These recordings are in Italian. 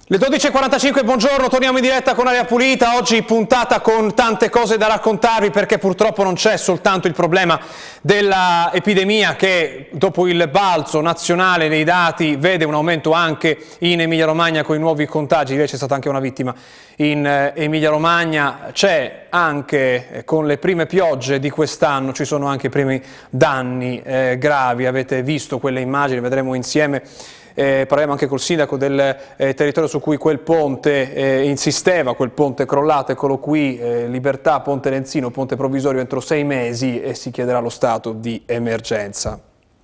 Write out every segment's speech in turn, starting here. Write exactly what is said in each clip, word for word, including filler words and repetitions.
Le dodici e quarantacinque, buongiorno, torniamo in diretta con Aria Pulita, oggi puntata con tante cose da raccontarvi perché purtroppo non c'è soltanto il problema dell'epidemia che dopo il balzo nazionale dei dati vede un aumento anche in Emilia Romagna con i nuovi contagi, invece c'è stata anche una vittima in Emilia Romagna, c'è anche con le prime piogge di quest'anno, ci sono anche i primi danni eh, gravi, avete visto quelle immagini, vedremo insieme. Eh, parleremo anche col sindaco del eh, territorio su cui quel ponte eh, insisteva, quel ponte crollato, eccolo qui, eh, Libertà, Ponte Lenzino, ponte provvisorio entro sei mesi e si chiederà lo stato di emergenza.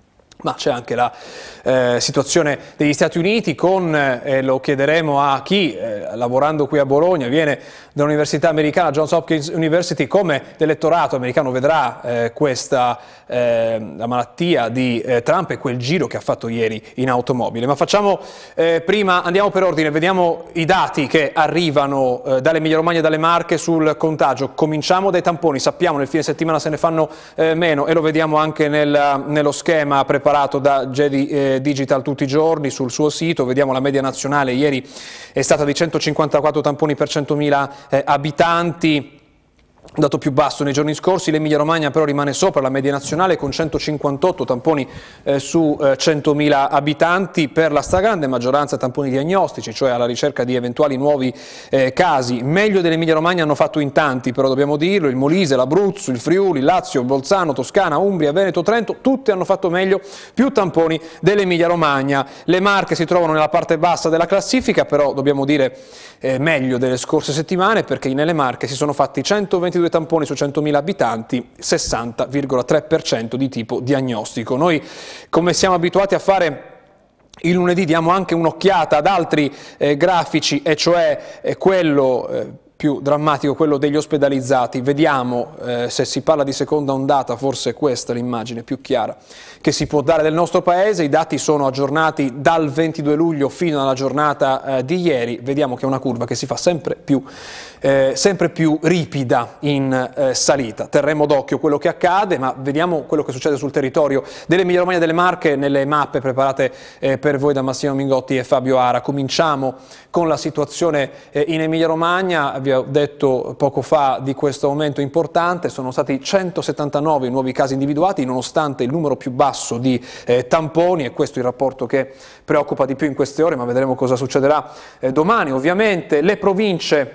Ma c'è anche la eh, situazione degli Stati Uniti, con, eh, lo chiederemo a chi, eh, lavorando qui a Bologna, viene dall'università americana, Johns Hopkins University, come l'elettorato americano vedrà eh, questa eh, la malattia di eh, Trump e quel giro che ha fatto ieri in automobile. Ma facciamo eh, prima, andiamo per ordine, vediamo i dati che arrivano eh, dall'Emilia Romagna e dalle Marche sul contagio. Cominciamo dai tamponi, sappiamo nel fine settimana se ne fanno eh, meno e lo vediamo anche nel, nello schema preparato da Gedi eh, Digital tutti i giorni sul suo sito. Vediamo la media nazionale, ieri è stata di centocinquantaquattro tamponi per centomila eh, abitanti, dato più basso nei giorni scorsi. L'Emilia Romagna però rimane sopra la media nazionale con centocinquantotto tamponi eh, su eh, centomila abitanti, per la stragrande maggioranza tamponi diagnostici, cioè alla ricerca di eventuali nuovi eh, casi. Meglio dell'Emilia Romagna hanno fatto in tanti, però dobbiamo dirlo, il Molise, l'Abruzzo, il Friuli, il Lazio, Bolzano, Toscana, Umbria, Veneto, Trento, tutti hanno fatto meglio, più tamponi dell'Emilia Romagna. Le Marche si trovano nella parte bassa della classifica, però dobbiamo dire eh, meglio delle scorse settimane, perché nelle Marche si sono fatti centoventidue tamponi su centomila abitanti, sessanta virgola tre per cento di tipo diagnostico. Noi, come siamo abituati a fare il lunedì, diamo anche un'occhiata ad altri eh, grafici, e cioè eh, quello eh, più drammatico, quello degli ospedalizzati. Vediamo, eh, se si parla di seconda ondata, forse questa è l'immagine più chiara che si può dare del nostro paese. I dati sono aggiornati dal ventidue luglio fino alla giornata eh, di ieri. Vediamo che è una curva che si fa sempre più, eh, sempre più ripida in eh, salita. Terremo d'occhio quello che accade, ma vediamo quello che succede sul territorio dell'Emilia Romagna e delle Marche nelle mappe preparate eh, per voi da Massimo Mingotti e Fabio Ara. Cominciamo con la situazione eh, in Emilia Romagna. Vi ho detto poco fa di questo aumento importante, sono stati centosettantanove i nuovi casi individuati nonostante il numero più basso di eh, tamponi, e questo è il rapporto che preoccupa di più in queste ore, ma vedremo cosa succederà eh, domani. Ovviamente le province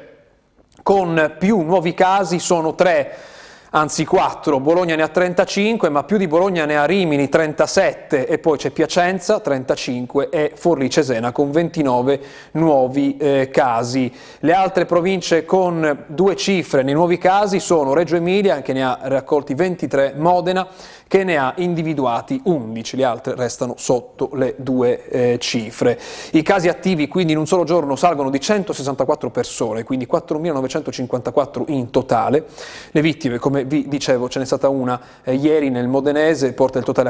con più nuovi casi sono tre, anzi quattro. Bologna ne ha trentacinque, ma più di Bologna ne ha Rimini, trentasette, e poi c'è Piacenza, trentacinque, e Forlì Cesena con ventinove nuovi eh, casi. Le altre province con due cifre nei nuovi casi sono Reggio Emilia, che ne ha raccolti ventitré, Modena, che ne ha individuati undici, le altre restano sotto le due eh, cifre. I casi attivi quindi in un solo giorno salgono di centosessantaquattro persone, quindi quattromilanovecentocinquantaquattro in totale. Le vittime, come vi dicevo, ce n'è stata una eh, ieri nel Modenese, porta il totale a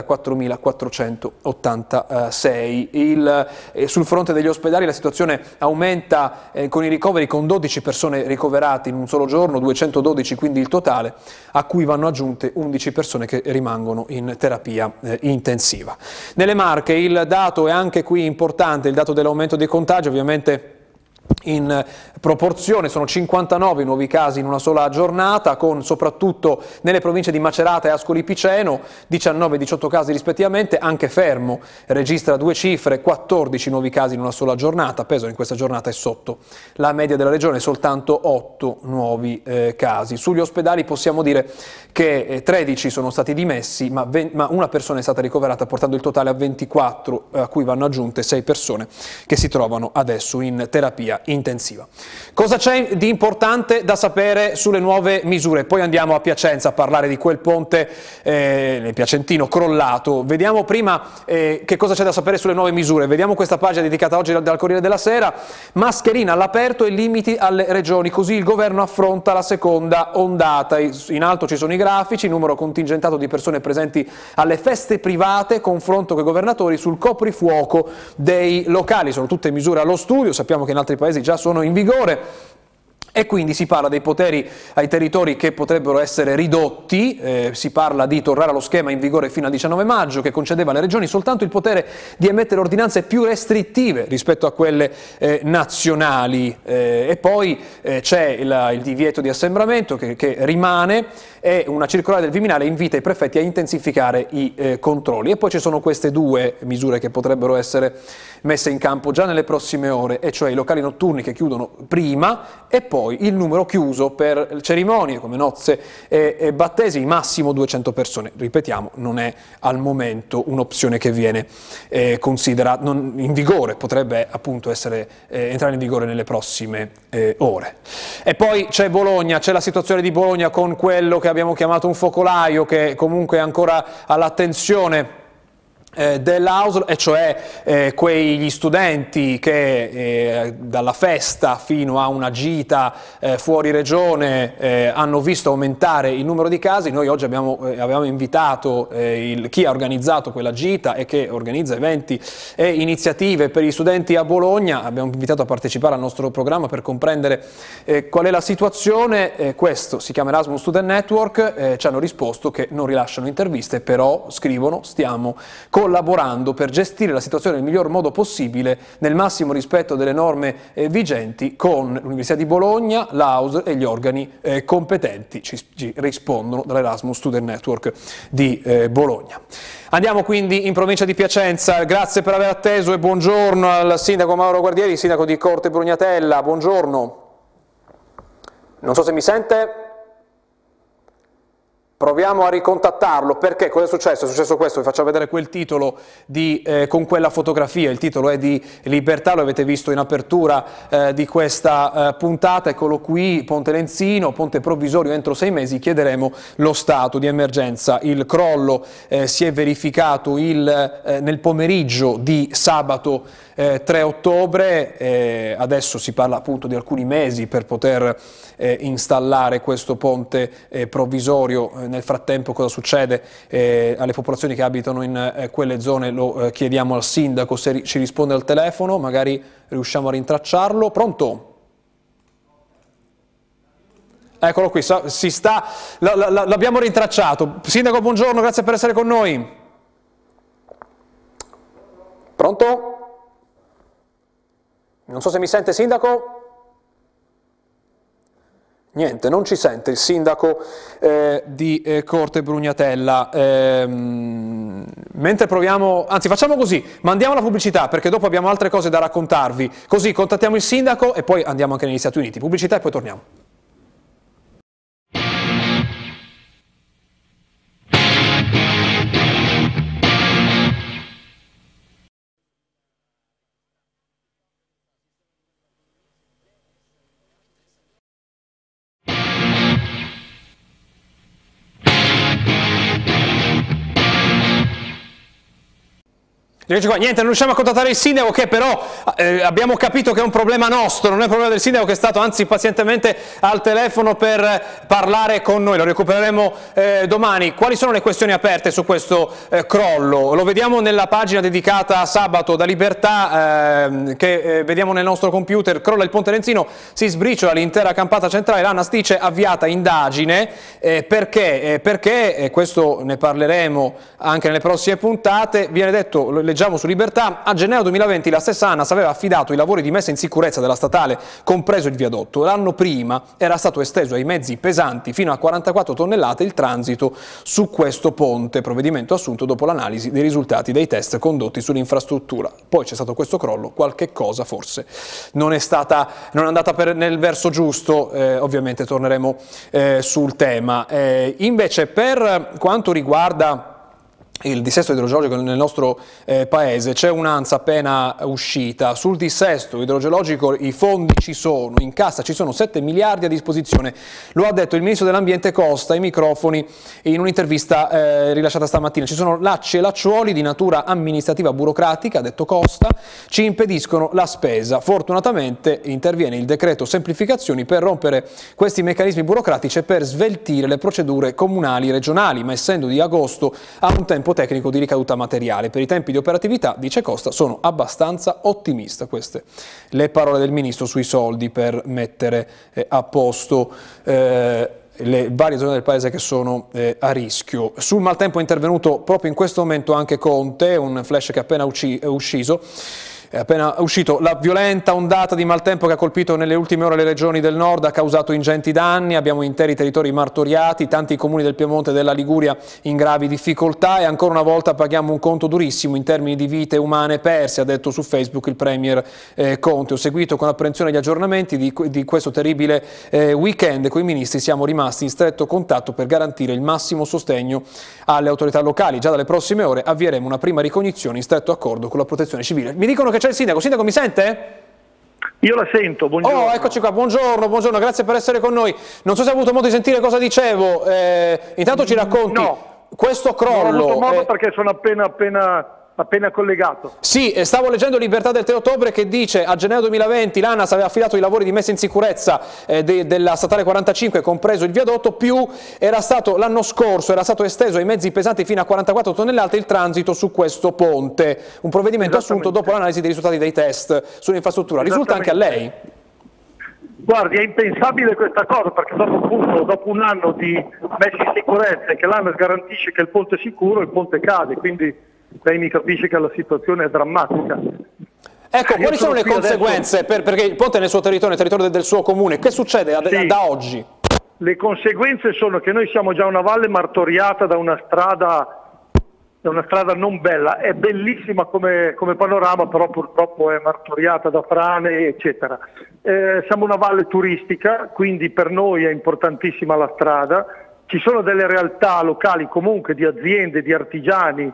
quattromilaquattrocentottantasei. Il, eh, sul fronte degli ospedali la situazione aumenta eh, con i ricoveri, con dodici persone ricoverate in un solo giorno, duecentododici quindi il totale, a cui vanno aggiunte undici persone che rimangono in terapia eh, intensiva. Nelle Marche il dato è anche qui importante, il dato dell'aumento dei contagi, ovviamente in proporzione sono cinquantanove nuovi casi in una sola giornata, con soprattutto nelle province di Macerata e Ascoli Piceno diciannove e diciotto casi rispettivamente. Anche Fermo registra due cifre, quattordici nuovi casi in una sola giornata. Pesaro in questa giornata è sotto la media della regione, soltanto otto nuovi eh, casi. Sugli ospedali possiamo dire che eh, tredici sono stati dimessi, ma, ma una persona è stata ricoverata, portando il totale a ventiquattro, eh, a cui vanno aggiunte sei persone che si trovano adesso in terapia intensiva. Cosa c'è di importante da sapere sulle nuove misure? Poi andiamo a Piacenza a parlare di quel ponte eh, nel Piacentino crollato. Vediamo prima eh, che cosa c'è da sapere sulle nuove misure. Vediamo questa pagina dedicata oggi dal, dal Corriere della Sera. Mascherina all'aperto e limiti alle regioni, così il governo affronta la seconda ondata. In alto ci sono i grafici, numero contingentato di persone presenti alle feste private, confronto con i governatori sul coprifuoco dei locali. Sono tutte misure allo studio, sappiamo che in altri paesi già sono in vigore. E quindi si parla dei poteri ai territori che potrebbero essere ridotti, eh, si parla di tornare allo schema in vigore fino al diciannove maggio, che concedeva alle regioni soltanto il potere di emettere ordinanze più restrittive rispetto a quelle eh, nazionali, eh, e poi eh, c'è il, il divieto di assembramento che, che rimane, e una circolare del Viminale invita i prefetti a intensificare i eh, controlli. E poi ci sono queste due misure che potrebbero essere messe in campo già nelle prossime ore, e cioè i locali notturni che chiudono prima, e poi il numero chiuso per cerimonie come nozze e, e battesimi, massimo duecento persone. Ripetiamo, non è al momento un'opzione che viene eh, considerata non in vigore, potrebbe appunto essere, eh, entrare in vigore nelle prossime eh, ore. E poi c'è Bologna, c'è la situazione di Bologna con quello che abbiamo chiamato un focolaio, che comunque è ancora all'attenzione Eh, dell'A U S L, e cioè eh, quegli studenti che eh, dalla festa fino a una gita eh, fuori regione eh, hanno visto aumentare il numero di casi. Noi oggi abbiamo, eh, abbiamo invitato eh, il, chi ha organizzato quella gita e che organizza eventi e iniziative per gli studenti a Bologna. Abbiamo invitato a partecipare al nostro programma per comprendere eh, qual è la situazione. Eh, questo si chiama Erasmus Student Network, eh, ci hanno risposto che non rilasciano interviste, però scrivono: stiamo con collaborando per gestire la situazione nel miglior modo possibile, nel massimo rispetto delle norme eh, vigenti, con l'Università di Bologna, l'A U S L e gli organi eh, competenti, ci, ci rispondono dall'Erasmus Student Network di eh, Bologna. Andiamo quindi in provincia di Piacenza. Grazie per aver atteso e buongiorno al sindaco Mauro Guardieri, sindaco di Corte Brugnatella. Buongiorno. Non so se mi sente. Proviamo a ricontattarlo. Perché? Cosa è successo? È successo questo, vi faccio vedere quel titolo di, eh, con quella fotografia. Il titolo è di Libertà, lo avete visto in apertura eh, di questa eh, puntata. Eccolo qui: Ponte Lenzino, ponte provvisorio entro sei mesi, chiederemo lo stato di emergenza. Il crollo eh, si è verificato il, eh, nel pomeriggio di sabato eh, tre ottobre, eh, adesso si parla appunto di alcuni mesi per poter eh, installare questo ponte eh, provvisorio. Nel frattempo cosa succede eh, alle popolazioni che abitano in eh, quelle zone lo eh, chiediamo al sindaco, se ri ci risponde al telefono, magari riusciamo a rintracciarlo. Pronto? Eccolo qui, si sta, l'abbiamo rintracciato. Sindaco, buongiorno, grazie per essere con noi. Pronto? Non so se mi sente, sindaco. Niente, non ci sente il sindaco eh, di eh, Corte Brugnatella. Ehm, mentre proviamo, anzi facciamo così, mandiamo la pubblicità perché dopo abbiamo altre cose da raccontarvi. Così contattiamo il sindaco e poi andiamo anche negli Stati Uniti. Pubblicità e poi torniamo. Niente, non riusciamo a contattare il sindaco, che però eh, abbiamo capito che è un problema nostro, non è un problema del sindaco, che è stato anzi pazientemente al telefono per parlare con noi. Lo recupereremo eh, domani. Quali sono le questioni aperte su questo eh, crollo? Lo vediamo nella pagina dedicata a Sabato da Libertà eh, che eh, vediamo nel nostro computer. Crolla il ponte Lenzino, si sbriciola l'intera campata centrale, l'ANAS dice avviata indagine. Eh, perché? Eh, perché, e questo ne parleremo anche nelle prossime puntate, viene detto, leggiamo su Libertà, a gennaio duemilaventi la stessa ANAS aveva affidato i lavori di messa in sicurezza della statale, compreso il viadotto. L'anno prima era stato esteso ai mezzi pesanti fino a quarantaquattro tonnellate il transito su questo ponte, provvedimento assunto dopo l'analisi dei risultati dei test condotti sull'infrastruttura. Poi c'è stato questo crollo, qualche cosa forse non è stata, non è andata per, nel verso giusto, eh, ovviamente torneremo eh, sul tema. Eh, invece per quanto riguarda il dissesto idrogeologico nel nostro eh, paese, c'è un'ANSA appena uscita. Sul dissesto idrogeologico i fondi ci sono, in cassa ci sono sette miliardi a disposizione, lo ha detto il ministro dell'ambiente Costa ai microfoni in un'intervista eh, rilasciata stamattina. Ci sono lacci e lacciuoli di natura amministrativa burocratica, ha detto Costa, ci impediscono la spesa. Fortunatamente interviene il decreto semplificazioni per rompere questi meccanismi burocratici e per sveltire le procedure comunali e regionali, ma essendo di agosto a un tempo tempo tecnico di ricaduta materiale. Per i tempi di operatività, dice Costa, sono abbastanza ottimista. Queste le parole del Ministro sui soldi per mettere eh, a posto eh, le varie zone del paese che sono eh, a rischio. Sul maltempo è intervenuto proprio in questo momento anche Conte, un flash che è appena usci- è uscito. È appena uscito la violenta ondata di maltempo che ha colpito nelle ultime ore le regioni del nord, ha causato ingenti danni, abbiamo interi territori martoriati, tanti comuni del Piemonte e della Liguria in gravi difficoltà e ancora una volta paghiamo un conto durissimo in termini di vite umane perse, ha detto su Facebook il Premier eh, Conte. Ho seguito con apprensione gli aggiornamenti di, di questo terribile eh, weekend, con i ministri siamo rimasti in stretto contatto per garantire il massimo sostegno alle autorità locali. Già dalle prossime ore avvieremo una prima ricognizione in stretto accordo con la protezione civile. Mi dicono che c'è il sindaco. Sindaco, mi sente? Io la sento, buongiorno. Oh, eccoci qua, buongiorno, buongiorno, grazie per essere con noi. Non so se hai avuto modo di sentire cosa dicevo, eh, intanto ci racconti no, questo crollo. Non ho avuto modo eh, perché sono appena, appena, appena collegato. Sì, stavo leggendo Libertà del tre ottobre che dice a gennaio duemilaventi l'ANAS aveva affidato i lavori di messa in sicurezza eh, de, della statale quarantacinque, compreso il viadotto, più era stato l'anno scorso, era stato esteso ai mezzi pesanti fino a quarantaquattro tonnellate il transito su questo ponte, un provvedimento assunto dopo l'analisi dei risultati dei test sull'infrastruttura. Risulta anche a lei? Guardi, è impensabile questa cosa perché dopo, appunto, dopo un anno di messa in sicurezza e che l'ANAS garantisce che il ponte è sicuro, il ponte cade, quindi lei mi capisce che la situazione è drammatica. Ecco, Io quali sono le conseguenze? Adesso... Per, perché il ponte è nel suo territorio, nel territorio del suo comune. Che succede da, sì. da oggi? Le conseguenze sono che noi siamo già una valle martoriata da una strada, da una strada non bella. È bellissima come, come panorama, però purtroppo è martoriata da frane, eccetera. Eh, siamo una valle turistica, quindi per noi è importantissima la strada. Ci sono delle realtà locali comunque, di aziende, di artigiani,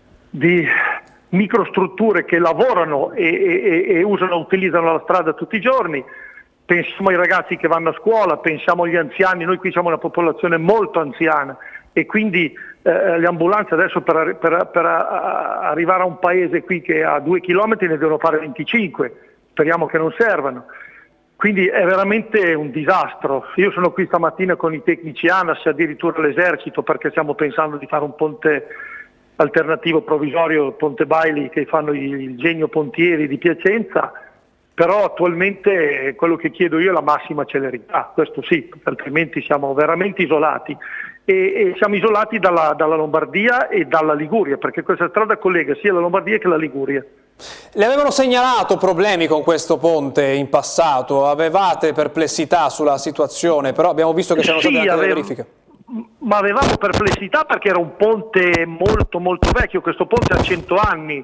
di microstrutture che lavorano e, e, e usano, utilizzano la strada tutti i giorni. Pensiamo ai ragazzi che vanno a scuola, pensiamo agli anziani, noi qui siamo una popolazione molto anziana e quindi eh, le ambulanze adesso per, per, per arrivare a un paese qui che ha due chilometri ne devono fare venticinque, speriamo che non servano. Quindi è veramente un disastro. Io sono qui stamattina con i tecnici ANAS e addirittura l'esercito perché stiamo pensando di fare un ponte alternativo provvisorio, Ponte Baili, che fanno il Genio Pontieri di Piacenza, però attualmente quello che chiedo io è la massima celerità, questo sì, altrimenti siamo veramente isolati e, e siamo isolati dalla, dalla Lombardia e dalla Liguria, perché questa strada collega sia la Lombardia che la Liguria. Le avevano segnalato problemi con questo ponte in passato, avevate perplessità sulla situazione, però abbiamo visto che c'erano sì, state anche avevo... delle verifiche. Ma avevamo perplessità perché era un ponte molto molto vecchio, questo ponte ha cento anni,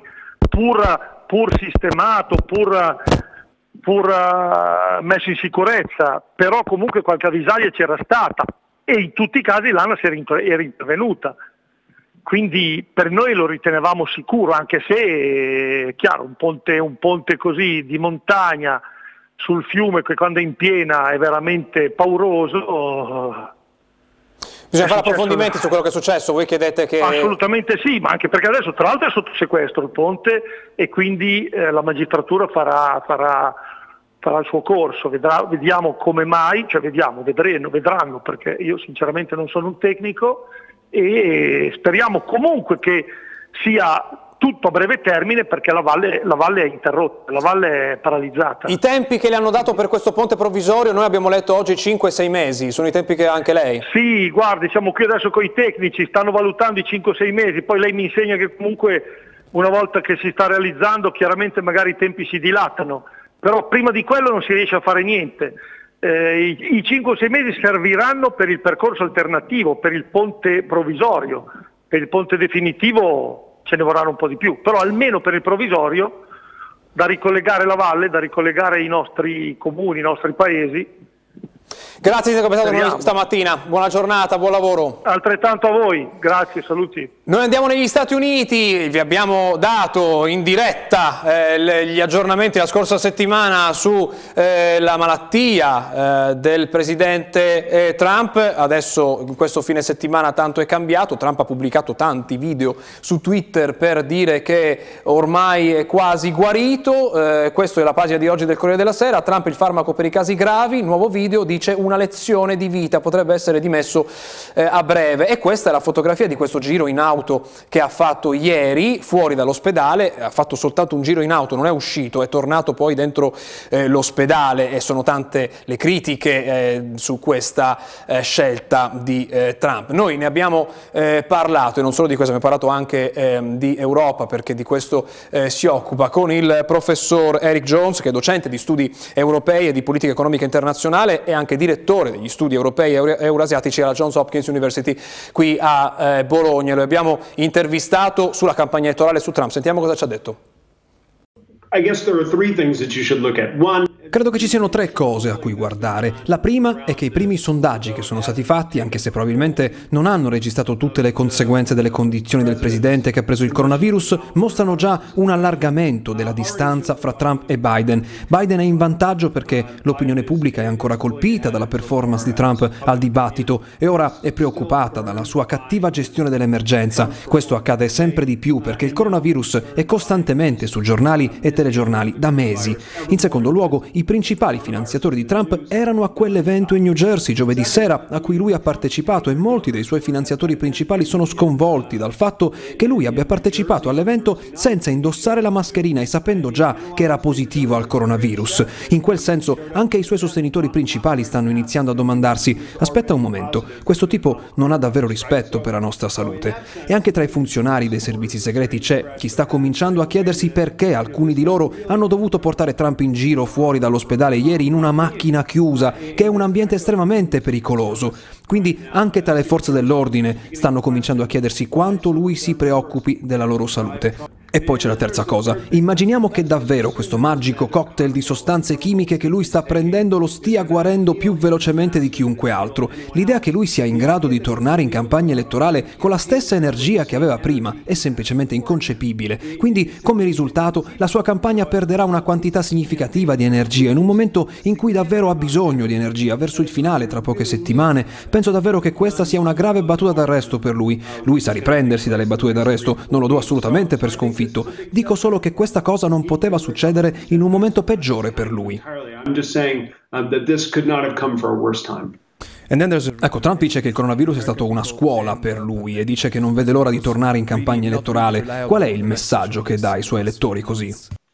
pur, pur sistemato, pur, pur uh, messo in sicurezza, però comunque qualche avvisaglia c'era stata e in tutti i casi l'ANAS era, inter era intervenuta, quindi per noi lo ritenevamo sicuro, anche se, chiaro, un ponte, un ponte così di montagna sul fiume che quando è in piena è veramente pauroso. Bisogna fare approfondimenti su quello che è successo, voi chiedete che... Assolutamente sì, ma anche perché adesso tra l'altro è sotto sequestro il ponte e quindi eh, la magistratura farà, farà, farà il suo corso, vedrà, vediamo come mai, cioè vediamo, vedranno, vedranno perché io sinceramente non sono un tecnico e speriamo comunque che sia tutto a breve termine perché la valle, la valle è interrotta, la valle è paralizzata. I tempi che le hanno dato per questo ponte provvisorio, noi abbiamo letto oggi cinque sei mesi, sono i tempi che ha anche lei? Sì, guardi, siamo qui adesso con i tecnici, stanno valutando i cinque sei mesi, poi lei mi insegna che comunque una volta che si sta realizzando chiaramente magari i tempi si dilatano, però prima di quello non si riesce a fare niente. Eh, i, i cinque sei mesi serviranno per il percorso alternativo, per il ponte provvisorio, per il ponte definitivo ce ne vorranno un po' di più, però almeno per il provvisorio, da ricollegare la valle, da ricollegare i nostri comuni, i nostri paesi. Grazie di essere stato con noi stamattina, buona giornata, buon lavoro. Altrettanto a voi, grazie, saluti. Noi andiamo negli Stati Uniti, vi abbiamo dato in diretta eh, gli aggiornamenti la scorsa settimana sulla eh, malattia eh, del presidente eh, Trump. Adesso in questo fine settimana tanto è cambiato, Trump ha pubblicato tanti video su Twitter per dire che ormai è quasi guarito, eh, questa è la pagina di oggi del Corriere della Sera, Trump il farmaco per i casi gravi, nuovo video dice una una lezione di vita, potrebbe essere dimesso eh, a breve. E questa è la fotografia di questo giro in auto che ha fatto ieri fuori dall'ospedale. Ha fatto soltanto un giro in auto, non è uscito, è tornato poi dentro eh, l'ospedale, e sono tante le critiche eh, su questa eh, scelta di eh, Trump. Noi ne abbiamo eh, parlato, e non solo di questo, abbiamo parlato anche eh, di Europa, perché di questo eh, si occupa, con il professor Eric Jones, che è docente di studi europei e di politica economica internazionale e anche direttore degli studi europei e eurasiatici alla Johns Hopkins University qui a eh, Bologna. Lo abbiamo intervistato sulla campagna elettorale su Trump. Sentiamo cosa ci ha detto. I guess there are three things that you should look at. One, credo che ci siano tre cose a cui guardare. La prima è che i primi sondaggi che sono stati fatti, anche se probabilmente non hanno registrato tutte le conseguenze delle condizioni del presidente che ha preso il coronavirus, mostrano già un allargamento della distanza fra Trump e Biden. Biden è in vantaggio perché l'opinione pubblica è ancora colpita dalla performance di Trump al dibattito e ora è preoccupata dalla sua cattiva gestione dell'emergenza. Questo accade sempre di più perché il coronavirus è costantemente su giornali e telegiornali da mesi. In secondo luogo, i principali finanziatori di Trump erano a quell'evento in New Jersey giovedì sera a cui lui ha partecipato, e molti dei suoi finanziatori principali sono sconvolti dal fatto che lui abbia partecipato all'evento senza indossare la mascherina e sapendo già che era positivo al coronavirus. In quel senso anche i suoi sostenitori principali stanno iniziando a domandarsi: aspetta un momento, questo tipo non ha davvero rispetto per la nostra salute. E anche tra i funzionari dei servizi segreti c'è chi sta cominciando a chiedersi perché alcuni di loro hanno dovuto portare Trump in giro fuori dall'ospedale ieri in una macchina chiusa, che è un ambiente estremamente pericoloso. Quindi anche tra le forze dell'ordine stanno cominciando a chiedersi quanto lui si preoccupi della loro salute. E poi c'è la terza cosa. Immaginiamo che davvero questo magico cocktail di sostanze chimiche che lui sta prendendo lo stia guarendo più velocemente di chiunque altro. L'idea che lui sia in grado di tornare in campagna elettorale con la stessa energia che aveva prima è semplicemente inconcepibile. Quindi, come risultato, la sua campagna perderà una quantità significativa di energia in un momento in cui davvero ha bisogno di energia, verso il finale, tra poche settimane. Penso davvero che questa sia una grave battuta d'arresto per lui. Lui sa riprendersi dalle battute d'arresto, non lo do assolutamente per sconfitto. Dico solo che questa cosa non poteva succedere in un momento peggiore per lui. Ecco, Trump dice che il coronavirus è stato una scuola per lui e dice che non vede l'ora di tornare in campagna elettorale. Qual è il messaggio che dà ai suoi elettori così?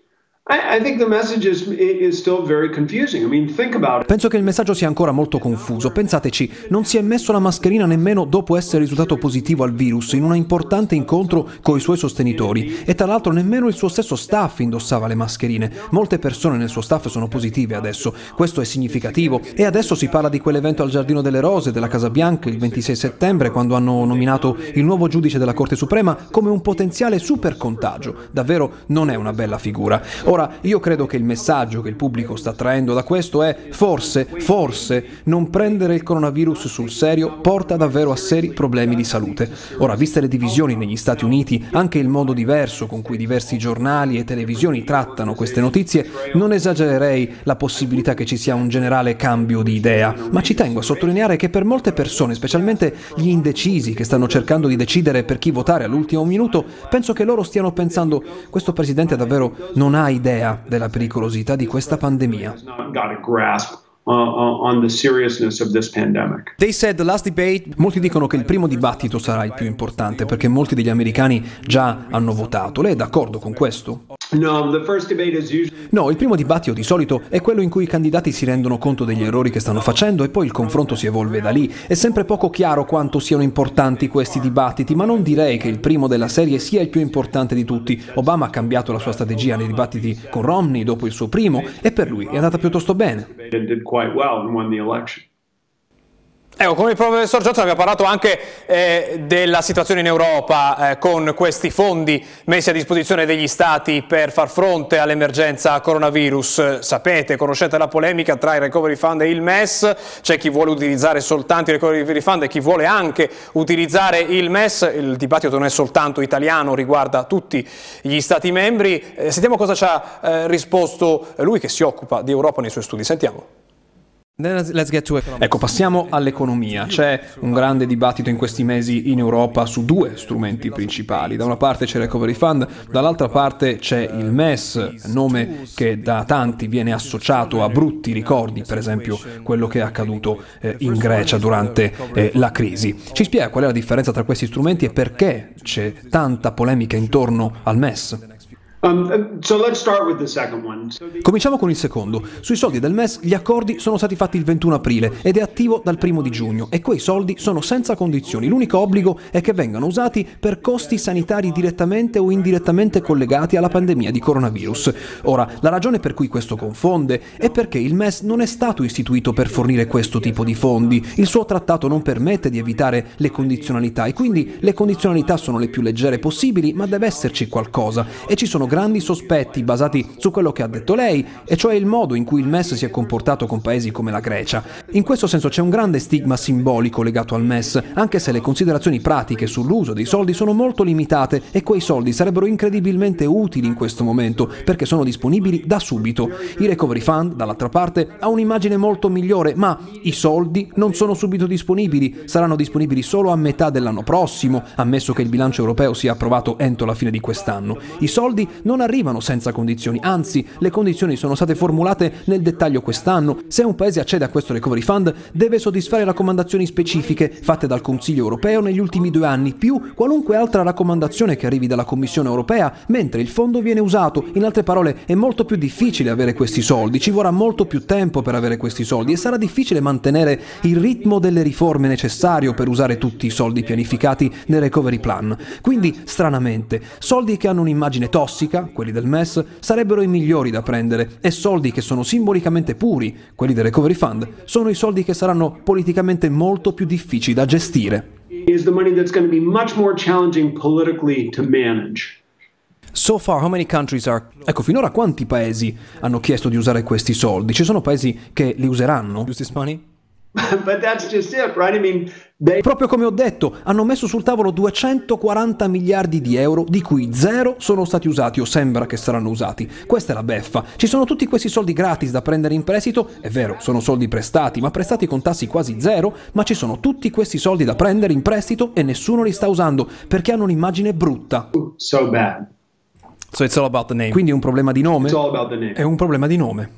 Penso che il messaggio sia ancora molto confuso. Pensateci, non si è messo la mascherina nemmeno dopo essere risultato positivo al virus in un importante incontro con i suoi sostenitori, e tra l'altro nemmeno il suo stesso staff indossava le mascherine. Molte persone nel suo staff sono positive adesso, questo è significativo, e adesso si parla di quell'evento al Giardino delle Rose della Casa Bianca il ventisei settembre, quando hanno nominato il nuovo giudice della Corte Suprema come un potenziale super contagio. Davvero non è una bella figura. Ora, io credo che il messaggio che il pubblico sta traendo da questo è: forse, forse, non prendere il coronavirus sul serio porta davvero a seri problemi di salute. Ora, viste le divisioni negli Stati Uniti, anche il modo diverso con cui diversi giornali e televisioni trattano queste notizie, non esagererei la possibilità che ci sia un generale cambio di idea, ma ci tengo a sottolineare che per molte persone, specialmente gli indecisi che stanno cercando di decidere per chi votare all'ultimo minuto, penso che loro stiano pensando: questo presidente davvero non ha idea della pericolosità di questa pandemia. Molti dicono che il primo dibattito sarà il più importante perché molti degli americani già hanno votato. Lei è d'accordo con questo? No, il primo dibattito di solito è quello in cui i candidati si rendono conto degli errori che stanno facendo e poi il confronto si evolve da lì. È sempre poco chiaro quanto siano importanti questi dibattiti, ma non direi che il primo della serie sia il più importante di tutti. Obama ha cambiato la sua strategia nei dibattiti con Romney dopo il suo primo e per lui è andata piuttosto bene. Ecco, come il professor Johnson abbiamo parlato anche eh, della situazione in Europa eh, con questi fondi messi a disposizione degli stati per far fronte all'emergenza coronavirus. Sapete, conoscete la polemica tra il Recovery Fund e il M E S, c'è chi vuole utilizzare soltanto il Recovery Fund e chi vuole anche utilizzare il M E S. Il dibattito non è soltanto italiano, riguarda tutti gli stati membri. Eh, sentiamo cosa ci ha eh, risposto lui che si occupa di Europa nei suoi studi. Sentiamo. Ecco, passiamo all'economia. C'è un grande dibattito in questi mesi in Europa su due strumenti principali. Da una parte c'è il Recovery Fund, dall'altra parte c'è il M E S, nome che da tanti viene associato a brutti ricordi, per esempio quello che è accaduto eh, in Grecia durante eh, la crisi. Ci spiega qual è la differenza tra questi strumenti e perché c'è tanta polemica intorno al M E S? Um, so let's start with the second one. So the... Cominciamo con il secondo. Sui soldi del M E S gli accordi sono stati fatti il ventuno aprile ed è attivo dal primo di giugno e quei soldi sono senza condizioni. L'unico obbligo è che vengano usati per costi sanitari direttamente o indirettamente collegati alla pandemia di coronavirus. Ora, la ragione per cui questo confonde è perché il M E S non è stato istituito per fornire questo tipo di fondi. Il suo trattato non permette di evitare le condizionalità e quindi le condizionalità sono le più leggere possibili, ma deve esserci qualcosa e ci sono grandi sospetti basati su quello che ha detto lei, e cioè il modo in cui il M E S si è comportato con paesi come la Grecia. In questo senso c'è un grande stigma simbolico legato al M E S, anche se le considerazioni pratiche sull'uso dei soldi sono molto limitate e quei soldi sarebbero incredibilmente utili in questo momento perché sono disponibili da subito. Il Recovery Fund, dall'altra parte, ha un'immagine molto migliore, ma i soldi non sono subito disponibili, saranno disponibili solo a metà dell'anno prossimo, ammesso che il bilancio europeo sia approvato entro la fine di quest'anno. I soldi non arrivano senza condizioni, anzi le condizioni sono state formulate nel dettaglio quest'anno. Se un paese accede a questo Recovery Fund deve soddisfare raccomandazioni specifiche fatte dal Consiglio europeo negli ultimi due anni, più qualunque altra raccomandazione che arrivi dalla Commissione europea mentre il fondo viene usato. In altre parole, è molto più difficile avere questi soldi, ci vorrà molto più tempo per avere questi soldi e sarà difficile mantenere il ritmo delle riforme necessario per usare tutti i soldi pianificati nel Recovery Plan. Quindi, stranamente, soldi che hanno un'immagine tossica, quelli del M E S, sarebbero i migliori da prendere, e soldi che sono simbolicamente puri, quelli del Recovery Fund, sono i soldi che saranno politicamente molto più difficili da gestire. Is the money that's going to be much more challenging politically to manage. So far, how many countries are... Ecco, finora quanti paesi hanno chiesto di usare questi soldi? Ci sono paesi che li useranno? Use this money? But that's just it, right? I mean, they... Proprio come ho detto, hanno messo sul tavolo duecentoquaranta miliardi di euro, di cui zero sono stati usati o sembra che saranno usati. Questa è la beffa. Ci sono tutti questi soldi gratis da prendere in prestito, è vero, sono soldi prestati, ma prestati con tassi quasi zero, ma ci sono tutti questi soldi da prendere in prestito e nessuno li sta usando perché hanno un'immagine brutta. So bad. So it's all about the name. Quindi è un problema di nome? It's all about the name. È un problema di nome.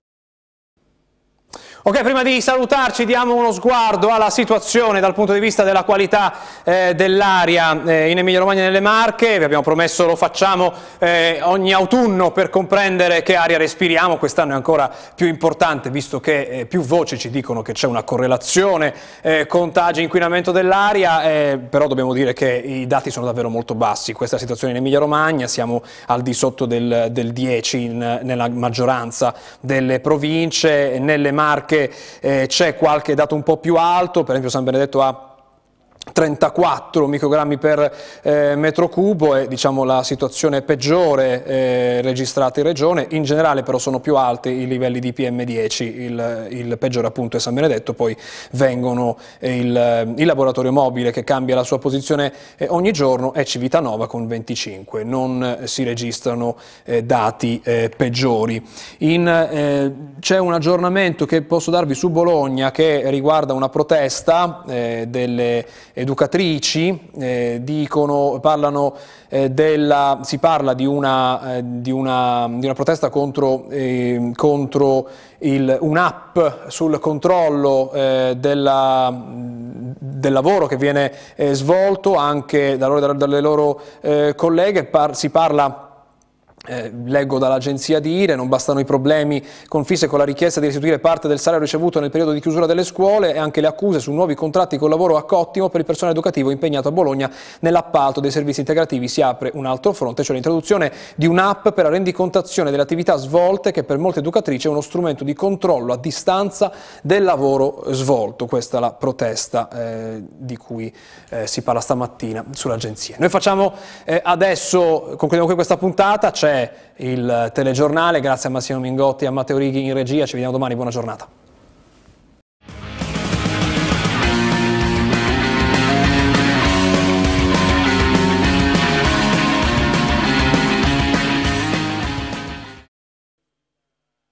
Ok, prima di salutarci diamo uno sguardo alla situazione dal punto di vista della qualità eh, dell'aria eh, in Emilia-Romagna e nelle Marche. Vi abbiamo promesso lo facciamo eh, ogni autunno per comprendere che aria respiriamo. Quest'anno è ancora più importante visto che eh, più voci ci dicono che c'è una correlazione eh, contagi inquinamento dell'aria, eh, però dobbiamo dire che i dati sono davvero molto bassi. Questa è la situazione in Emilia-Romagna, siamo al di sotto del, del dieci in, nella maggioranza delle province. Nelle Marche Eh, c'è qualche dato un po' più alto, per esempio San Benedetto ha trentaquattro microgrammi per eh, metro cubo, e diciamo la situazione peggiore eh, registrata in regione. In generale però sono più alti i livelli di P M dieci, il, il peggiore appunto è San Benedetto, poi vengono eh, il, il laboratorio mobile che cambia la sua posizione eh, ogni giorno e Civitanova con venticinque, non eh, si registrano eh, dati eh, peggiori. Eh, c'è un aggiornamento che posso darvi su Bologna che riguarda una protesta eh, delle educatrici, eh, dicono, parlano eh, della, si parla di una, eh, di una, di una protesta contro, eh, contro il, un'app sul controllo eh, della, del lavoro che viene eh, svolto anche da loro, dalle loro eh, colleghe. Par, si parla Eh, leggo dall'agenzia di IRE, non bastano i problemi con F I S E con la richiesta di restituire parte del salario ricevuto nel periodo di chiusura delle scuole e anche le accuse su nuovi contratti con lavoro a cottimo per il personale educativo impegnato a Bologna nell'appalto dei servizi integrativi. Si apre un altro fronte, cioè l'introduzione di un'app per la rendicontazione delle attività svolte, che per molte educatrici è uno strumento di controllo a distanza del lavoro svolto. Questa è la protesta eh, di cui eh, si parla stamattina sull'agenzia. Noi facciamo eh, adesso, concludiamo qui questa puntata, c'è il telegiornale, grazie a Massimo Mingotti e a Matteo Righi in regia, ci vediamo domani, buona giornata.